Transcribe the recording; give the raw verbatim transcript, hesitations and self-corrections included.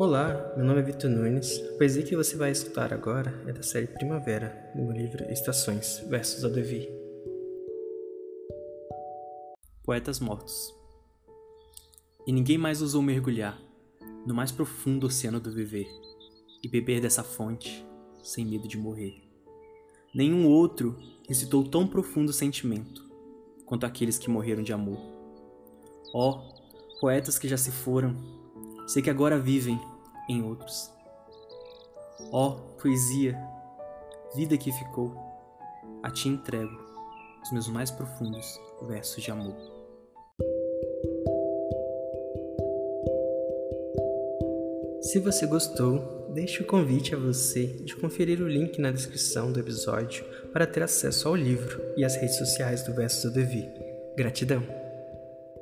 Olá, meu nome é Vitor Nunes. A poesia que você vai escutar agora é da série Primavera, do meu livro Estações, versos a Devi. Poetas mortos. E ninguém mais ousou mergulhar no mais profundo oceano do viver e beber dessa fonte sem medo de morrer. Nenhum outro recitou tão profundo sentimento quanto aqueles que morreram de amor. Ó, poetas que já se foram, sei que agora vivem em outros. Ó, poesia, vida que ficou, a ti entrego os meus mais profundos versos de amor. Se você gostou, deixe o convite a você de conferir o link na descrição do episódio para ter acesso ao livro e às redes sociais do Versos a Devi. Gratidão!